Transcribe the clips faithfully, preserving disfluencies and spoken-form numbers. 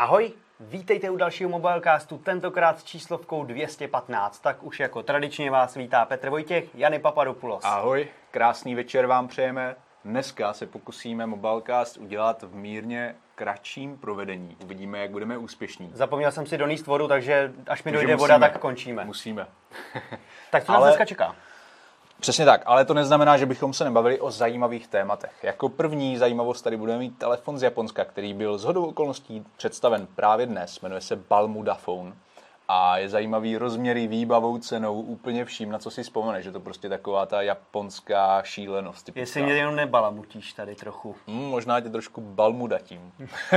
Ahoj, vítejte u dalšího Mobilecastu, tentokrát s číslovkou dvě stě patnáct. Tak už jako tradičně vás vítá Petr Vojtěch, Jany Papadopoulos. Ahoj, krásný večer vám přejeme. Dneska se pokusíme Mobilecast udělat v mírně kratším provedení. Uvidíme, jak budeme úspěšní. Zapomněl jsem si donést vodu, takže až mi dojde voda, tak končíme. Musíme. Tak co nás ale... dneska čeká? Přesně tak, ale to neznamená, že bychom se nebavili o zajímavých tématech. Jako první zajímavost tady budeme mít telefon z Japonska, který byl shodou okolností představen právě dnes. Jmenuje se Balmuda Phone a je zajímavý rozměry, výbavou, cenou, úplně vším, na co si vzpomeneš, že to prostě taková ta japonská šílenost. Typická. Jestli mě jenom nebalamutíš tady trochu. Hmm, možná tě trošku balmudatím.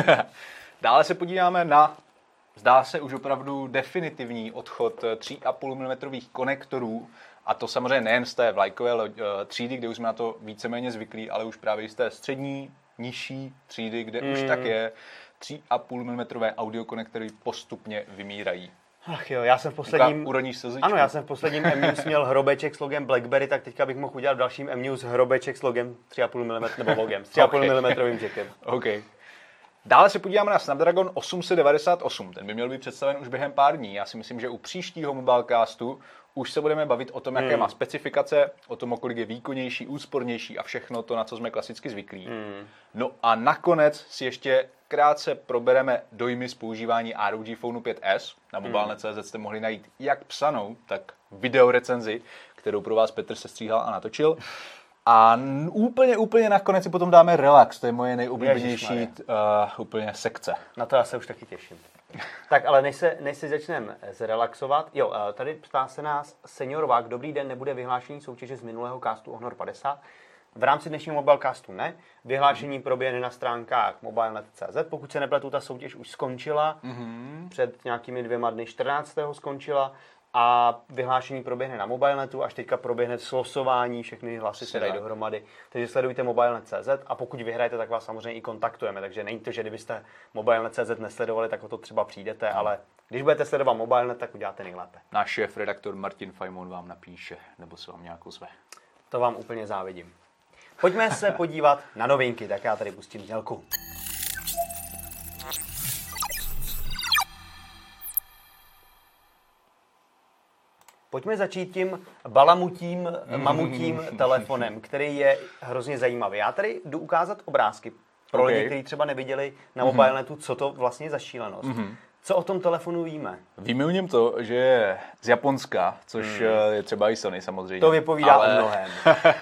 Dále se podíváme na, zdá se už opravdu definitivní odchod tři a půl milimetru konektorů. A to samozřejmě nejen z té vlajkové třídy, kde už jsme na to víceméně zvyklí, ale už právě z té střední, nižší třídy, kde mm. už tak je, tři a půl milimetru audiokonektory postupně vymírají. Ach jo, já jsem v posledním... Uroníš slzičku? Ano, já jsem v posledním M-News měl hrobeček s logem BlackBerry, tak teďka bych mohl udělat v dalším M-News hrobeček s logem tři a půl milimetru, nebo logem, s tři a půl milimetru jackem. OK. Dále se podíváme na Snapdragon osm set devadesát osm. Ten by měl být představen už během pár dní. Já si myslím, že u příštího Mobilecastu už se budeme bavit o tom, jaké hmm. má specifikace, o tom, o kolik je výkonnější, úspornější a všechno to, na co jsme klasicky zvyklí. Hmm. No a nakonec si ještě krátce probereme dojmy z používání R O G Phone pět S. Na mobilnet tečka cé zet jste mohli najít jak psanou, tak videorecenzi, kterou pro vás Petr sestříhal a natočil. A n- úplně, úplně nakonec si potom dáme relax, to je moje nejoblíbenější uh, úplně sekce. Na to já se už taky těším. Tak, ale než se, než se začneme zrelaxovat, jo, tady ptá se nás Senior Vák, dobrý den, nebude vyhlášení soutěže z minulého castu Honor padesát. V rámci dnešního Mobilecastu ne. Vyhlášení proběhne na stránkách mobilnet tečka cé zet. Pokud se nepletu, ta soutěž už skončila. Mm-hmm. Před nějakými dvěma dny, čtrnáctého skončila. A vyhlášení proběhne na mobilnetu, až teďka proběhne slosování, všechny hlasy se dají dohromady. Takže sledujte mobilnet tečka cé zet a pokud vyhrajete, tak vás samozřejmě i kontaktujeme. Takže není to, že kdybyste mobilnet tečka cé zet nesledovali, tak o to třeba přijdete, hmm. ale když budete sledovat mobilnet, tak uděláte nejlépe. Náš šéf redaktor Martin Fajmon vám napíše, nebo se vám nějakou zve. To vám úplně závidím. Pojďme se podívat na novinky, tak já tady pustím znělku. Pojďme začít tím balamutím, mamutím telefonem, který je hrozně zajímavý. Já tady jdu ukázat obrázky pro okay. lidi, kteří třeba neviděli na mobilnetu, co to vlastně je za šílenost. Mm-hmm. Co o tom telefonu víme? Víme o něm to, že je z Japonska, což mm. je třeba i Sony samozřejmě. To vypovídá ale... o mnohem.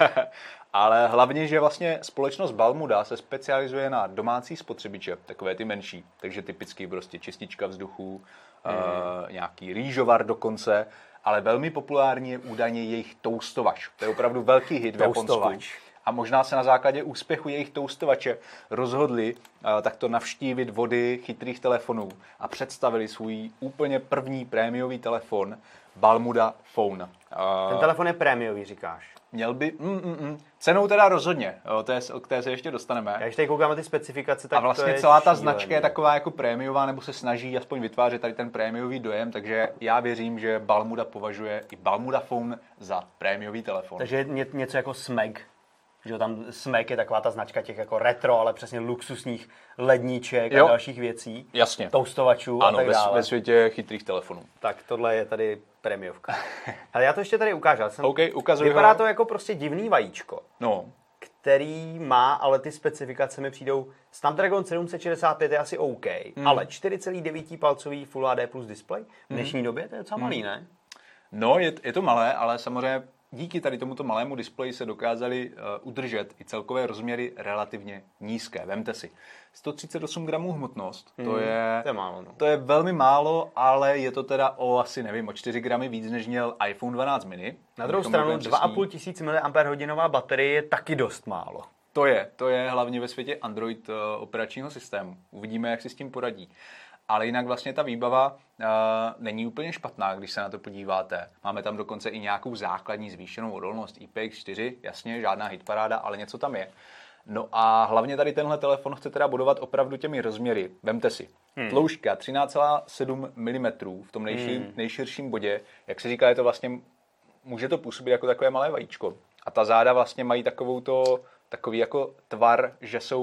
Ale hlavně, že vlastně společnost Balmuda se specializuje na domácí spotřebiče, takové ty menší. Takže typicky prostě čistička vzduchu, mm. uh, nějaký rýžovar dokonce. Ale velmi populární je údajně jejich toustovač. To je opravdu velký hit v Japonsku. A možná se na základě úspěchu jejich toustovače rozhodli uh, takto navštívit vody chytrých telefonů a představili svůj úplně první prémiový telefon Balmuda Phone. Uh, Ten telefon je prémiový, říkáš? Měl by... Mm, mm, mm. Cenou teda rozhodně, o té, o které se ještě dostaneme. Já když tady koukám na ty specifikace, tak a vlastně to je celá ta šílený. značka je taková jako prémiová, nebo se snaží aspoň vytvářet tady ten prémiový dojem, takže já věřím, že Balmuda považuje i Balmuda Phone za prémiový telefon. Takže ně, něco jako Smeg. Že tam Smeg je taková ta značka těch jako retro, ale přesně luxusních ledniček jo. a dalších věcí. Jasně. Toustovačů ano, a tak dále. Ve, ve světě chytrých telefonů. Tak tohle je tady prémiovka. Ale já to ještě tady ukážu. Jsem... Okay, ukazuji Vypadá ho. to jako prostě divný vajíčko. No. Který má, ale ty specifikace mi přijdou. Snapdragon sedm set šedesát pět je asi OK, mm. ale čtyři celá devět palcový Full H D plus display v dnešní mm. době, to je docela malý, ne? No, je, je to malé, ale samozřejmě díky tady tomuto malému displeji se dokázali uh, udržet i celkové rozměry relativně nízké. Vemte si, sto třicet osm gramů hmotnost, to, mm, je, to, je málo, no. to je velmi málo, ale je to teda o asi, nevím, o čtyři gramy víc, než měl iPhone dvanáct mini. Na druhou stranu dva a půl tisíc miliampérhodinová baterie je taky dost málo. To je, to je hlavně ve světě Android uh, operačního systému. Uvidíme, jak si s tím poradí. Ale jinak vlastně ta výbava uh, není úplně špatná, když se na to podíváte. Máme tam dokonce i nějakou základní zvýšenou odolnost I P X čtyři, jasně, žádná hitparáda, ale něco tam je. No a hlavně tady tenhle telefon chce teda budovat opravdu těmi rozměry. Vemte si, hmm. tloušťka třináct celá sedm milimetrů v tom nejši, hmm. nejširším bodě. Jak se říká, je to vlastně, může to působit jako takové malé vajíčko. A ta záda vlastně mají takovou to, takový jako tvar, že jsou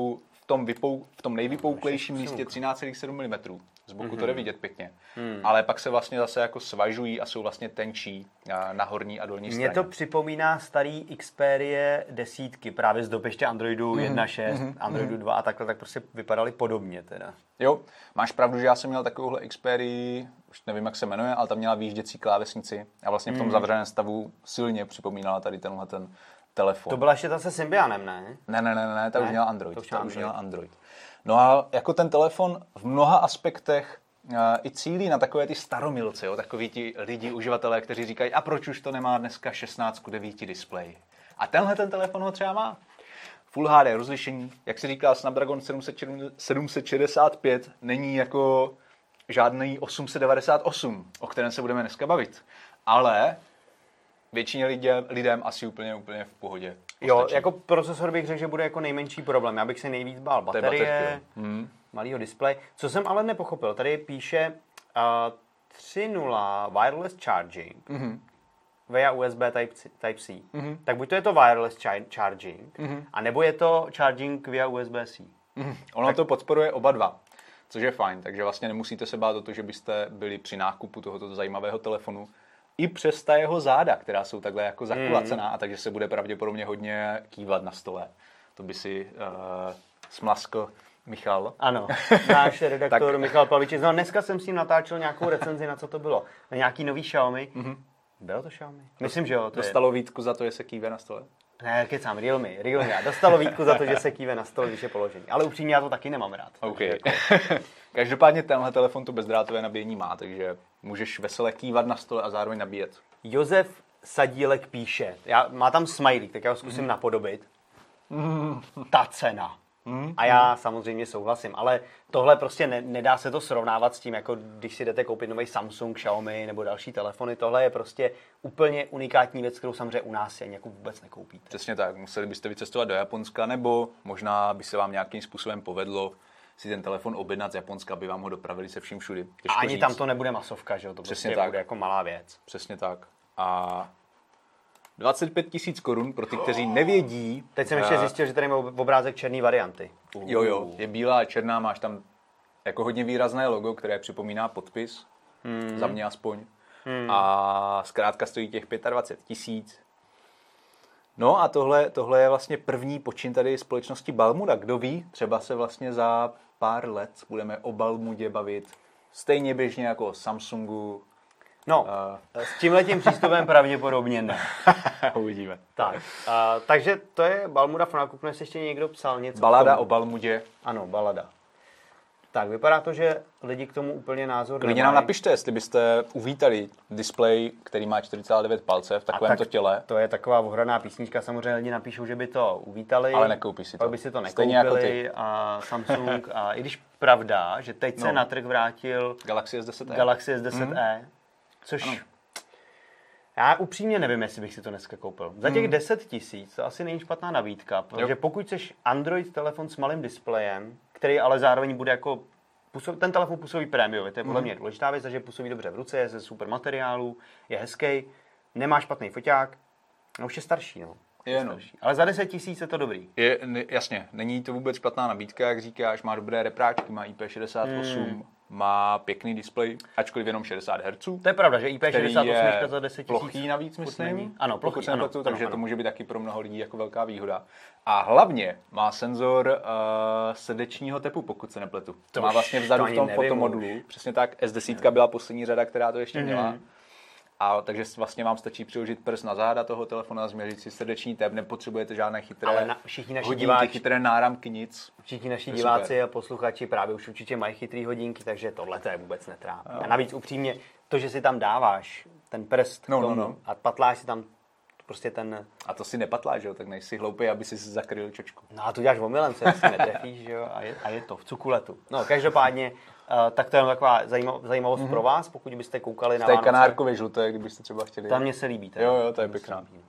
v tom, vypou, v tom nejvypouklejším místě třináct celá sedm milimetrů. Z boku mm-hmm. to jde vidět pěkně. Mm. Ale pak se vlastně zase jako svažují a jsou vlastně tenčí na horní a dolní straně. Mně to připomíná starý Xperie desítky, právě z doby ještě Androidu mm-hmm. jedna tečka šest, mm-hmm. Androidu dva a takhle, tak prostě vypadaly podobně teda. Jo, máš pravdu, že já jsem měl takovouhle Xperii, už nevím, jak se jmenuje, ale tam měla výjížděcí klávesnici a vlastně v tom mm. zavřeném stavu silně připomínala tady tenhle ten telefon. To byla ještě ta se Symbianem, ne? Ne, ne, ne, ne, ta ne? už měla Android. To už, ta Android. už měla Android. No a jako ten telefon v mnoha aspektech uh, i cílí na takové ty staromilce, jo, takový ti lidi, uživatelé, kteří říkají, a proč už to nemá dneska šestnáct ku devíti display. A tenhle ten telefon ho třeba má. Full H D rozlišení, jak se říká, Snapdragon sedm set šedesát pět není jako žádný osm set devadesát osm, o kterém se budeme dneska bavit. Ale většině lidem, lidem asi úplně, úplně v pohodě. Jo, postačí. Jako procesor bych řekl, že bude jako nejmenší problém. Já bych se nejvíc bál baterie, hmm. malýho displeje. Co jsem ale nepochopil, tady píše uh, tři tečka nula wireless charging hmm. via U S B Type-C. Hmm. Tak buď to je to wireless char- charging, hmm. anebo je to charging via U S B C. Hmm. Ono tak to podporuje oba dva, což je fajn. Takže vlastně nemusíte se bát o to, že byste byli při nákupu tohoto zajímavého telefonu i přes ta jeho záda, která jsou takhle jako zakulacená, mm. a takže se bude pravděpodobně hodně kývat na stole. To by si uh, smlaskl Michal. Ano, náš redaktor tak... Michal Pavičic. No dneska jsem s ním natáčel nějakou recenzi, na co to bylo. Na nějaký nový Xiaomi. Mm-hmm. Bylo to Xiaomi? Myslím, že jo. To Dostalo je... výtku za to, že se kýve na stole? Ne, kecám, Realme. Realme. Dostalo výtku za to, že se kýve na stole, když je položený. Ale upřímně já to taky nemám rád. Okay. Jako... Každopádně tenhle telefon to bezdrátové nabíjení má, takže můžeš vesele kývat na stole a zároveň nabíjet. Josef Sadílek píše, já, má tam smajlík, tak já ho zkusím mm. napodobit. Mm. Ta cena. Mm. A já samozřejmě souhlasím, ale tohle prostě ne, nedá se to srovnávat s tím, jako když si jdete koupit nový Samsung, Xiaomi nebo další telefony. Tohle je prostě úplně unikátní věc, kterou samozřejmě u nás jen jako vůbec nekoupíte. Přesně tak, museli byste vycestovat do Japonska, nebo možná by se vám nějakým způsobem povedlo si ten telefon objednat z Japonska, aby vám ho dopravili se vším všudy. Těžko a ani říct. Tam to nebude masovka, že jo? To přesně prostě tak. Bude jako malá věc. Přesně tak. A dvacet pět tisíc korun pro ty, kteří nevědí. Teď jsem ještě zjistil, že tady má obrázek černý varianty. Uh. Jo, jo, je bílá a černá, máš tam jako hodně výrazné logo, které připomíná podpis, hmm. za mě aspoň. Hmm. A zkrátka stojí těch dvacet pět tisíc. No a tohle, tohle je vlastně první počin tady společnosti Balmuda. Kdo ví, třeba se vlastně za pár let budeme o Balmudě bavit stejně běžně jako o Samsungu. No, uh. s tímhletím přístupem pravděpodobně ne. Uvidíme. Tak, uh, takže to je Balmuda Fonaku, jestli ještě někdo psal něco. Balada o Balmudě. Ano, balada. Tak, vypadá to, že lidi k tomu úplně názor Klidně nám napište, jestli byste uvítali displej, který má čtyři celá devět palce v takovémto tak těle. To je taková ohraná písnička, samozřejmě lidi napíšou, že by to uvítali. Ale nekoupí si to. Pak by si to nekoupili jako ty. A Samsung. A i když pravda, že teď se no. na trh vrátil Galaxy S deset e. Galaxy S deset e, mm. což... Ano. Já upřímně nevím, jestli bych si to dneska koupil. Za těch hmm. deset tisíc to asi není špatná nabídka, protože jo. pokud jsi Android telefon s malým displejem, který ale zároveň bude jako působ, ten telefon působí prémiově, to je podle hmm. mě důležitá věc, že působí dobře v ruce, je ze super materiálu, je hezký, nemá špatný foťák, no už je starší, no. Je, no. Ale za deset tisíc je to dobrý. Je, jasně, není to vůbec špatná nabídka, jak říkáš, má dobré repráčky, má I P šedesát osm, hmm. má pěkný displej, ačkoliv jenom šedesát hertzů. To je pravda, že I P šedesát osm za deset tisíc. Plochý navíc, myslím. Ano, plochý, ano, pletu, takže ano. to může být taky pro mnoho lidí jako velká výhoda. A hlavně má senzor uh, srdečního tepu, pokud se nepletu. To má vlastně vzadu v tom fotomodulu. Přesně tak, S deset byla poslední řada, která to ještě měla. Mm-hmm. A takže vlastně vám stačí přiložit prst na záda toho telefonu a změřit si srdeční tep, nepotřebujete žádné chytré ale na, všichni naši hodinky, diváči, chytré náramky, nic. Všichni naši diváci super. A posluchači právě už určitě mají chytrý hodinky, takže tohle to je vůbec netrápí. No. A navíc upřímně, to, že si tam dáváš ten prst no, k tomu no, no. a patláš si tam prostě ten... A to si nepatláš, že jo, tak nejsi hloupý, aby si zakryl čočku. No a to děláš omylem, se si netrefíš, že jo, a je, a je to v cukuletu. No každopádně, Uh, tak to je taková zajímav, zajímavost mm-hmm. pro vás, pokud byste koukali na Vánoce. To je kanárkově žluté, kdybyste třeba chtěli. To mně se líbí. Teda. Jo, jo, to je pěkná.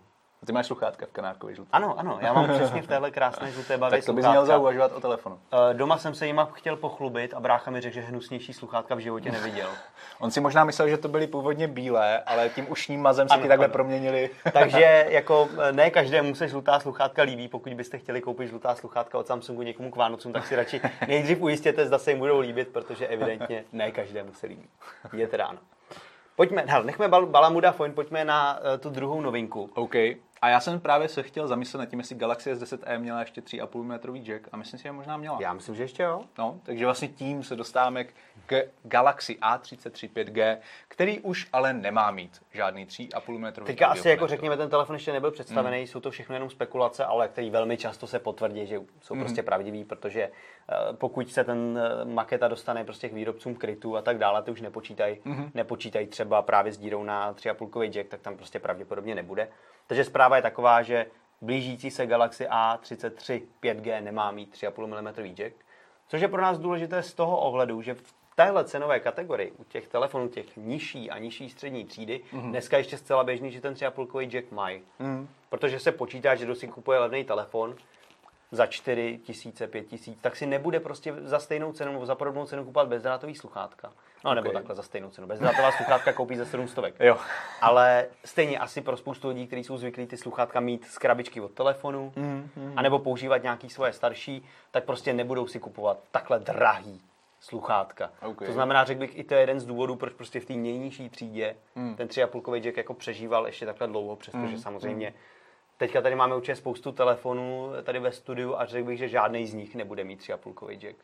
Ty máš sluchátka v kanárkově žluté. Ano, ano, já mám přesně v téhle krásné žluté barvě tak to bys sluchátka. měl zauvažovat o telefonu. Doma jsem se jima chtěl pochlubit a brácha mi řekl, že hnusnější sluchátka v životě neviděl. On si možná myslel, že to byly původně bílé, ale tím ušním mazem se ti takhle ano. proměnili. Takže jako ne každému se žlutá sluchátka líbí. Pokud byste chtěli koupit žlutá sluchátka od Samsungu někomu k Vánocům, tak si radši nejdřív ujistěte, zda se jim budou líbit, protože evidentně ne každému se líbí. Je to ráno. Pojďme, hele, nechme bal, balamuda fojn, pojďme na uh, tu druhou novinku. OK. A já jsem právě se chtěl zamyslet nad tím, jestli Galaxy S deset e měla ještě tři a půl metrový jack a myslím si, že možná měla. Já myslím, že ještě jo. No, takže vlastně tím se dostáváme k Galaxy A třicet tři pět G, který už ale nemá mít žádný tři a půl metrový. Teďka asi jako řekněme, ten telefon ještě nebyl představený, mm. jsou to všechno jenom spekulace, ale který velmi často se potvrdí, že jsou mm. prostě pravdivý, protože uh, pokud se ten uh, maketa dostane prostě k výrobcům krytu a tak dále, ty už nepočítají, mm. nepočítají třeba právě s dírou na tři a půl jack, tak tam prostě pravděpodobně nebude. Takže zpráva je taková, že blížící se Galaxy A třicet tři pět G nemá mít tři a půl milimetru jack, což je pro nás důležité z toho ohledu, že v téhle cenové kategorii u těch telefonů těch nižší a nižší střední třídy mm. dneska ještě zcela běžný, že ten tři a půl jack mají. Mm. Protože se počítá, že kdo si kupuje levný telefon za čtyři tisíce, pět tisíc, tak si nebude prostě za stejnou cenu nebo za podobnou cenu kupovat bezdrátový sluchátka. No okay. Nebo takhle za stejnou cenu. Bezdrátová sluchátka koupí za sedm stovek. Jo. Ale stejně asi pro spoustu lidí, kteří jsou zvyklí ty sluchátka mít z krabičky od telefonu, mm, mm. anebo používat nějaký svoje starší, tak prostě nebudou si kupovat takhle drahý sluchátka. Okay. To znamená, řekl bych, i to je jeden z důvodů, proč prostě v té nejnižší třídě mm. ten tři a půl jack jako přežíval ještě takhle dlouho, přestože mm. samozřejmě teďka tady máme určitě spoustu telefonů tady ve studiu a řekl bych, že žádný z nich nebude mít tři a půl jack.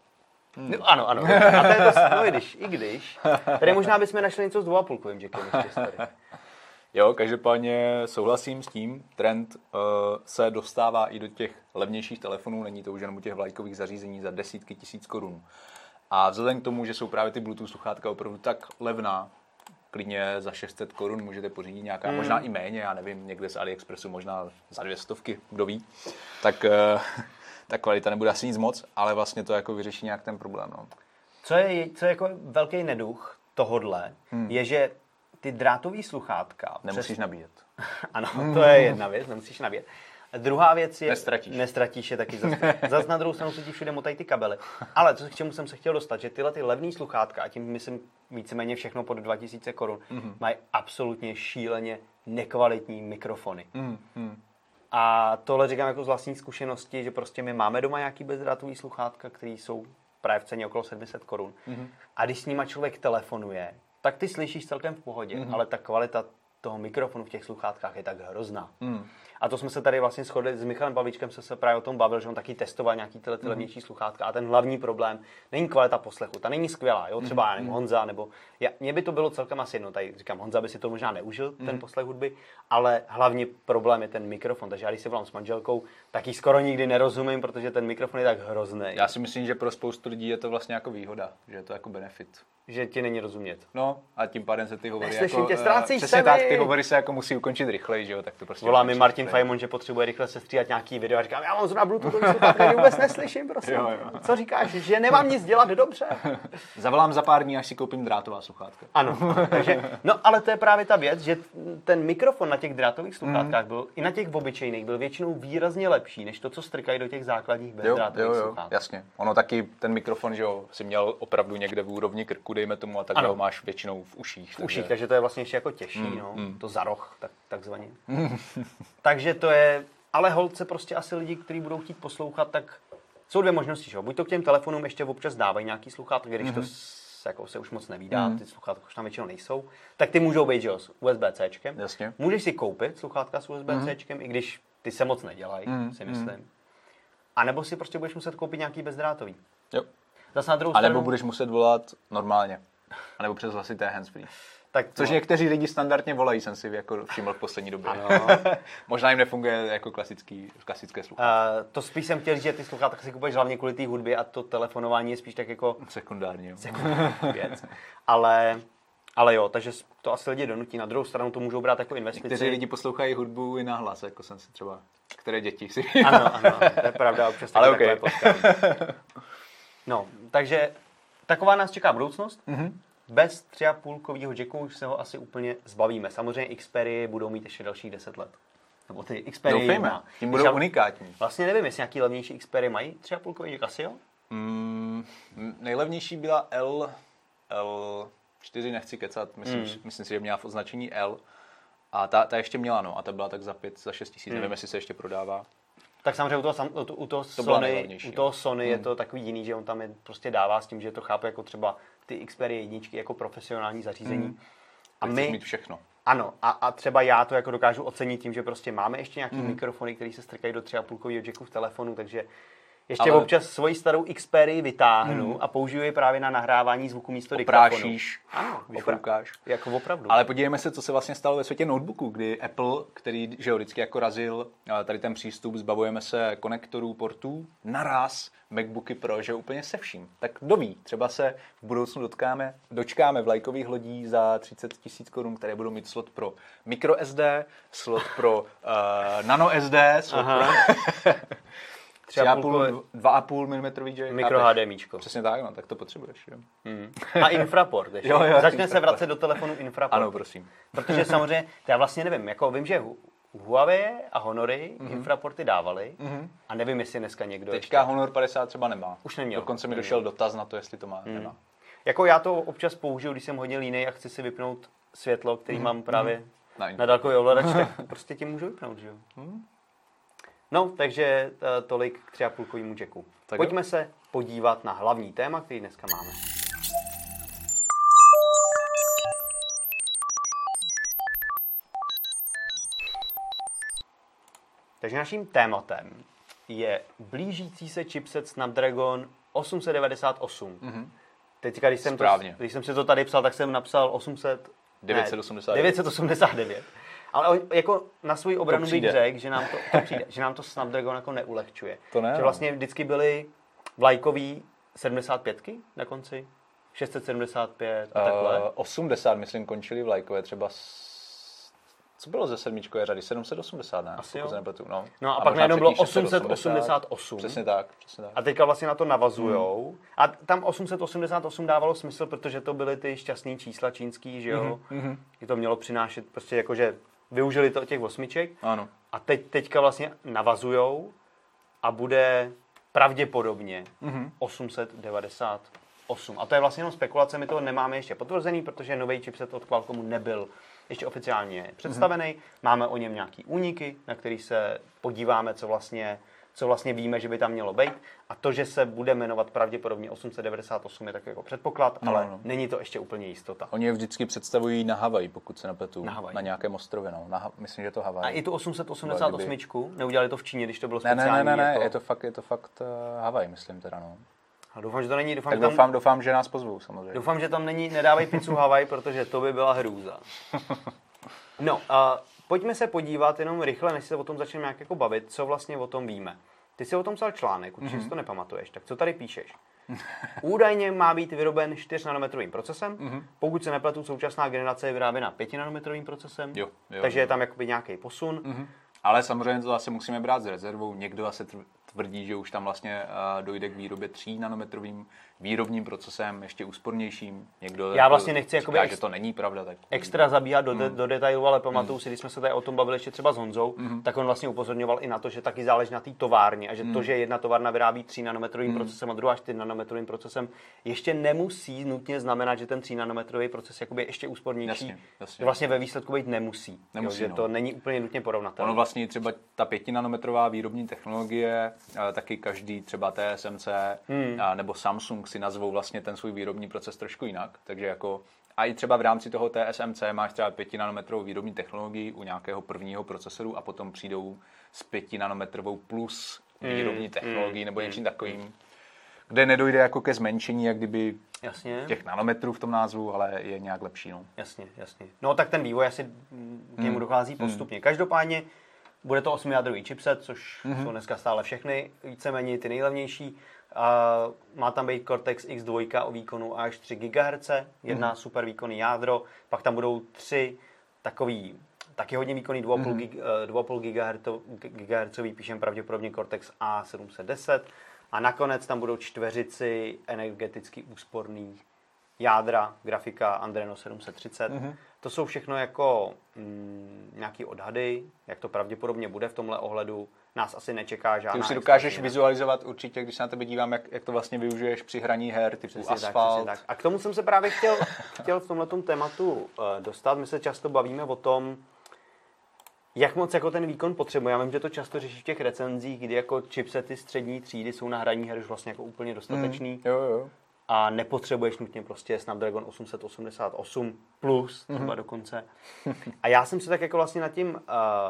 Hmm. No, ano, ano. A to je to, no i když, i když. Tady možná bychom našli něco s dva a půl jackem ještě tady. Jo, každopádně souhlasím s tím. Trend uh, se dostává i do těch levnějších telefonů, není to už jenom u těch vlajkových zařízení za desítky tisíc korun. A vzhledem k tomu, že jsou právě ty Bluetooth sluchátka opravdu tak levná, klidně za šest set korun můžete pořídit nějaká, hmm. možná i méně, já nevím, někde z AliExpressu možná za dvě stovky, kdo ví, tak uh, ta kvalita nebude asi nic moc, ale vlastně to jako vyřeší nějak ten problém. No. Co je, co je jako velký neduch tohodle, hmm. je, že ty drátový sluchátka... Nemusíš přes... nabíjet. Ano, to je jedna věc, nemusíš nabíjet. Druhá věc je... Nestratíš. Nestratíš je taky zase. Zas na druhou stranu se ti všude motají ty kabely. Ale co, k čemu jsem se chtěl dostat, že tyhle ty levný sluchátka, a tím myslím víceméně všechno pod dva tisíce korun, mm-hmm. mají absolutně šíleně nekvalitní mikrofony. Mm-hmm. A tohle říkám jako z vlastní zkušenosti, že prostě my máme doma nějaký bezdrátový sluchátka, který jsou právě v ceně okolo sedm set korun. Mm-hmm. A když s nima člověk telefonuje, tak ty slyšíš celkem v pohodě, mm-hmm. ale ta kvalita toho mikrofonu v těch sluchátkách je tak hrozná. Mm. A to jsme se tady vlastně shodli s Michalem Pavlíčkem, se se právě o tom bavil, že on taky testoval nějaký tyhle ty levnější mm. sluchátka a ten hlavní problém není kvalita poslechu, ta není skvělá, jo, třeba mm. Honza, nebo já, mně by to bylo celkem asi jedno, tady říkám, Honza by si to možná neužil, mm. ten poslech hudby, ale hlavní problém je ten mikrofon, takže já když si volám s manželkou, tak ji skoro nikdy nerozumím, protože ten mikrofon je tak hrozný. Já si myslím, že pro spoustu lidí je to vlastně jako výhoda, že je to jako benefit. Že ti není rozumět. No, a tím pádem se ty hovory Neslyším jako... tě, ztrácíš přesně tak, ty hovory se jako musí ukončit rychleji, že jo, tak to prostě... Volá mi Martin Fajmon, že potřebuje rychle sestříhat nějaký video a říkám, já mám zrovna Bluetooth, tak vůbec neslyším, prosím. Jo, jo. Co říkáš, že nemám nic dělat dobře? Zavolám za pár dní, až si koupím drátová sluchátka. Ano, takže, no ale to je právě ta věc, že ten mikrofon na těch drátových sluchátkách mm. byl, i na těch obyčejných, byl většinou výrazně lepší, než to, co strkají do těch základních bezdrátových jo, jo, jo, sluchátek. Jasně, ono taky ten mikrofon, že jo, si měl opravdu někde v úrovni krku, dejme tomu, a tak ho máš většinou v uších. V takže... uších, takže to je vlastně ještě jako těžší, mm, no, mm. to za roh, tak, takzvaně. Takže to je, ale holce prostě asi lidi, kteří budou chtít poslouchat, tak jsou dvě možnosti, že jo, buď to k těm telefonům ještě občas dávají nějaký sluchátka, když mm-hmm. to s, jako se už moc nevídá, mm. ty sluchátka už tam většinou nejsou, tak ty můžou být, že jo, s U S B Cčkem. Jasně. Můžeš si koupit sluchátka s U S B Cčkem, mm. i když ty se moc nedělají, mm. si myslím. Mm. A nebo si prostě budeš muset koupit nějaký bezdrátový. Jo. Zase na druhou a stranu... nebo budeš muset volat normálně. A nebo přes hlasité handsfree. Tak Což no. někteří lidi standardně volají, jsem si jako všiml v poslední době. Ano. Možná jim nefunguje jako klasický, klasické sluchátka. Uh, to spíš jsem chtěl říct, že ty sluchátka si kupuješ hlavně kvůli té hudbě a to telefonování je spíš tak jako... Sekundární, jo. Sekundární věc. Ale, ale jo, takže to asi lidi donutí. Na druhou stranu to můžou brát jako investici. Někteří lidi poslouchají hudbu i na hlas, jako jsem si třeba... Které děti si... Ano, ano, to je pravda, občas taky okay. takové potkání. No, takže taková nás čeká budoucnost. Mm-hmm. Bez tři a půl kovýho jacku už se ho asi úplně zbavíme. Samozřejmě Xperia budou mít ještě dalších deset let. nebo ty Xperia jedna. Tím budou unikátní. Vlastně nevím, jestli nějaký levnější Xperia mají tři a půl kový asi jo? Mm, nejlevnější byla L, L čtyři, nechci kecat, myslím, mm. myslím si, že měla v označení L. A ta, ta ještě měla, no, a ta byla tak za pět, za šest tisíc, mm. nevím, jestli se ještě prodává. Tak samozřejmě u toho, u toho, u toho to Sony, u toho Sony mm. je to takový jiný, že on tam je, prostě dává s tím, že to chápe jako třeba ty Xperia jedničky jako profesionální zařízení. Mm. A my mít všechno. Ano, a, a třeba já to jako dokážu ocenit tím, že prostě máme ještě nějaký mm. mikrofony, které se strkají do tři a půl kového jacku v telefonu, takže ještě ale občas svoji starou Xperii vytáhnu mm. a použiju ji právě na nahrávání zvuku místo diktafonu. Oprášíš, ano, ofroukáš. Jako opravdu. Ale podívejme se, co se vlastně stalo ve světě notebooku, kdy Apple, který že jo, vždycky jako razil tady ten přístup, zbavujeme se konektorů, portů, naraz MacBooky Pro, že úplně se vším. Tak kdo ví, třeba se v budoucnu dotkáme, dočkáme vlajkových lodí za třicet tisíc korun, které budou mít slot pro microSD, slot pro uh, nanoSD, slot Aha. pro... dva a půl milimetrový jack. Mikro HDMIčko. Přesně tak, no, tak to potřebuješ. Jo. Mm. A infraport ještě. jo, jo, Začne infraport. se vracet do telefonu infraport. Ano, prosím. Protože samozřejmě, já vlastně nevím, jako vím, že Huawei a Honory mm-hmm. infraporty dávali mm-hmm. a nevím, jestli dneska někdo Teďka ještě. Honor padesát třeba nemá. Už neměl. Dokonce mi neměl. došel dotaz na to, jestli to má. Mm. Nemá. Jako já to občas použiju, když jsem hodně línej a chci si vypnout světlo, který mm-hmm. mám právě mm-hmm. na dálkový ovladač, tak prostě tím můžu vypnout, že jo. Mm. No, takže tolik k tři a půl kovému jacku. Tak Pojďme jo. se podívat na hlavní téma, který dneska máme. Takže naším tématem je blížící se chipset Snapdragon osm set devadesát osm. Mm-hmm. Teďka, když jsem, to, když jsem si to tady psal, tak jsem napsal osm set... devět set osmdesát devět. devět set osmdesát devět. Ale jako na svůj obranu bych řekl, že nám to, to přijde, že nám to Snapdragon jako neulehčuje. To ne, že vlastně vždycky byly vlajkový sedmdesát pětky na konci, šest set sedmdesát pět a takhle. Uh, osmdesát, myslím, končili vlajkové, třeba s... Co bylo ze sedmičkové řady? sedm set osmdesát, ne? Asi jo. No. no a, a pak najednou bylo osm set osmdesát osm. Přesně tak, přesně tak. A teďka vlastně na to navazujou. Hmm. A tam osm set osmdesát osm dávalo smysl, protože to byly ty šťastný čísla čínský, že jo? Mm-hmm. I to mělo přinášet prostě jakože využili to těch osmiček. Ano. A teď, teďka vlastně navazujou a bude pravděpodobně mm-hmm. osm set devadesát osm. A to je vlastně jenom spekulace, my to nemáme ještě potvrzený, protože nový chipset od Qualcommu nebyl ještě oficiálně představený. Mm-hmm. Máme o něm nějaký úniky, na který se podíváme, co vlastně, co vlastně víme, že by tam mělo být. A to, že se bude jmenovat pravděpodobně osm set devadesát osm, je tak jako předpoklad, no, ale no. není to ještě úplně jistota. Oni je vždycky představují na Havaji, pokud se nepletu. Na, na nějakém ostrově, no. Na, myslím, že je to Havaj. A i tu osm set osmdesát osm kdyby... neudělali to v Číně, když to bylo speciální. Ne, ne, ne, ne, jako... je to fakt, je to fakt uh, Havaj, myslím teda, no. A doufám, že to není. Doufám, tak že tam, doufám, doufám, že nás pozvou, samozřejmě. Doufám, že tam není, nedávají pizzu Havaj, protože to by byla hrůza. No, a pojďme se podívat jenom rychle, než se o tom začneme nějak jako bavit, co vlastně o tom víme. Ty jsi o tom psal článek, určitě mm-hmm. si to nepamatuješ, tak co tady píšeš? Údajně má být vyroben čtyři nanometrovým procesem, mm-hmm. pokud se nepletu, současná generace je vyráběna pět nanometrovým procesem, jo, jo, takže jo. je tam jakoby nějaký posun. Mm-hmm. Ale samozřejmě to zase musíme brát s rezervou. Někdo zase tvrdí, že už tam vlastně uh, dojde k výrobě tří nanometrovým výrobním procesem, ještě úspornějším. Někdo Já vlastně nechci říká, jakoby ex- že to není pravda. Tak... extra zabíhat do, de- mm. do detailu, ale pamatuju mm. si, když jsme se tady o tom bavili ještě třeba s Honzou, mm. tak on vlastně upozorňoval i na to, že taky záleží na té továrně a že mm. to, že jedna továrna vyrábí tří nanometrovým mm. procesem a druhá čtyři nanometrovým procesem, ještě nemusí nutně znamenat, že ten tří nanometrový proces jakoby ještě úspornější. Jasně, jasně. Vlastně ve výsledku být nemusí. nemusí jo, no. Že to není úplně nutně porovnatelné. Ono vlastně třeba ta pětinanometrová výrobní technologie, taky každý třeba T S M C hmm. nebo Samsung si nazvou vlastně ten svůj výrobní proces trošku jinak, takže jako a i třeba v rámci toho T S M C máš třeba pětinanometrovou výrobní technologii u nějakého prvního procesoru a potom přijdou s pětinanometrovou plus výrobní hmm. technologií nebo něčím takovým, kde nedojde jako ke zmenšení, jak kdyby jasně. těch nanometrů v tom názvu, ale je nějak lepší. No. Jasně, jasně. No tak ten vývoj asi k němu dochází hmm. postupně. Každopádně bude to osmijádrový chipset, což mm-hmm. jsou dneska stále všechny, víceméně ty nejlevnější. A má tam být Cortex X dva o výkonu až tři gigahertz, jedna mm-hmm. super výkonný jádro, pak tam budou tři takový taky hodně výkonný dva a půl gigahertz, píšem pravděpodobně Cortex A sedm set deset a nakonec tam budou čtveřici energeticky úsporný jádra, grafika Adreno sedm set třicet, mm-hmm. To jsou všechno jako mm, nějaký odhady, jak to pravděpodobně bude v tomhle ohledu. Nás asi nečeká žádná... Ty už si dokážeš vizualizovat určitě, když se na tebe dívám, jak, jak to vlastně využiješ při hraní her, typu přesně Asphalt. Tak, tak. A k tomu jsem se právě chtěl, chtěl v tomhletom tématu uh, dostat. My se často bavíme o tom, jak moc jako ten výkon potřebuje. Já vím, že to často řeší v těch recenzích, kdy jako chipsety střední třídy jsou na hraní her už vlastně jako úplně dostatečný. Mm, jo, jo. A nepotřebuješ nutně prostě Snapdragon osm set osmdesát osm plus, třeba mm-hmm. dokonce. A já jsem se tak jako vlastně nad tím uh,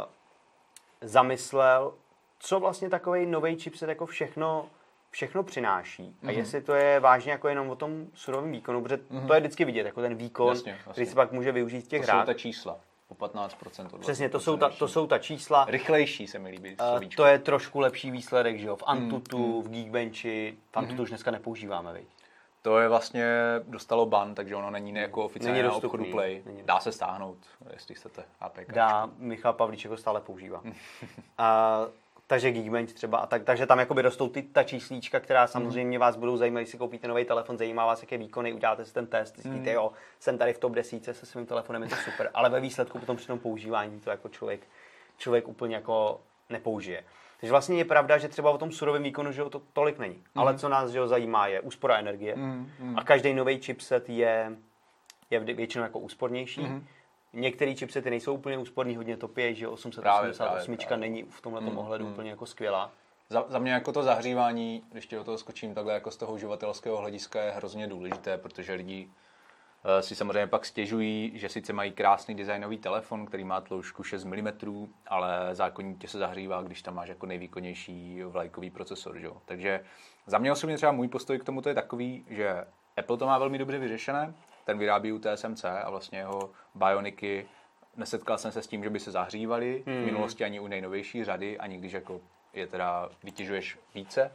zamyslel, co vlastně takovej novej chipset jako všechno, všechno přináší. Mm-hmm. A jestli to je vážně jako jenom o tom surovém výkonu, protože mm-hmm. to je vždycky vidět, jako ten výkon, jasně, jasně. který se pak může využít v těch hrách. To jsou ta čísla. O patnáct procent. Přesně, to jsou, ta, to jsou ta čísla. Rychlejší se mi líbí. Uh, to je trošku lepší výsledek, že jo? V Antutu, mm, v Geekbenchi. V Antutu mm. už dneska nepoužíváme, viď? To je vlastně, dostalo ban, takže ono není jako oficiálně na obchodu Play. Není. Dá se stáhnout, jestli chcete á pé ká. Dá, Michal Pavlíček ho stále používá. A, takže Geekbench třeba, a tak, takže tam jakoby rostou ty, ta číslíčka, která samozřejmě vás budou zajímat, když si koupíte nový telefon, zajímá vás, jaké výkony, uděláte si ten test, zjistíte, mm. jo, jsem tady v top desítce se svým telefonem, je to super, ale ve výsledku potom při tom používání to jako člověk, člověk úplně jako nepoužije. Takže vlastně je pravda, že třeba o tom surovém výkonu, že to tolik není. Mm. Ale co nás že ho zajímá je úspora energie. Mm. Mm. A každý nový chipset je, je většinou jako úspornější. Mm. Některé chipsety nejsou úplně úsporný, hodně topějí, že osm set osmdesát osm není v tomhle mm. ohledu mm. úplně jako skvělá. Za, za mě jako to zahřívání, když ti do toho skočím takhle jako z toho uživatelského hlediska, je hrozně důležité, protože lidi uh, si samozřejmě pak stěžují, že sice mají krásný designový telefon, který má tloušťku šest milimetrů, ale zákonitě se zahřívá, když tam máš jako nejvýkonnější vlajkový procesor. Že? Takže za mě osobně třeba můj postoj k tomuto je takový, že Apple to má velmi dobře vyřešené, ten vyrábí u T S M C a vlastně jeho Bioniky, nesetkal jsem se s tím, že by se zahřívaly hmm. v minulosti ani u nejnovější řady, ani když jako je teda vytěžuješ více.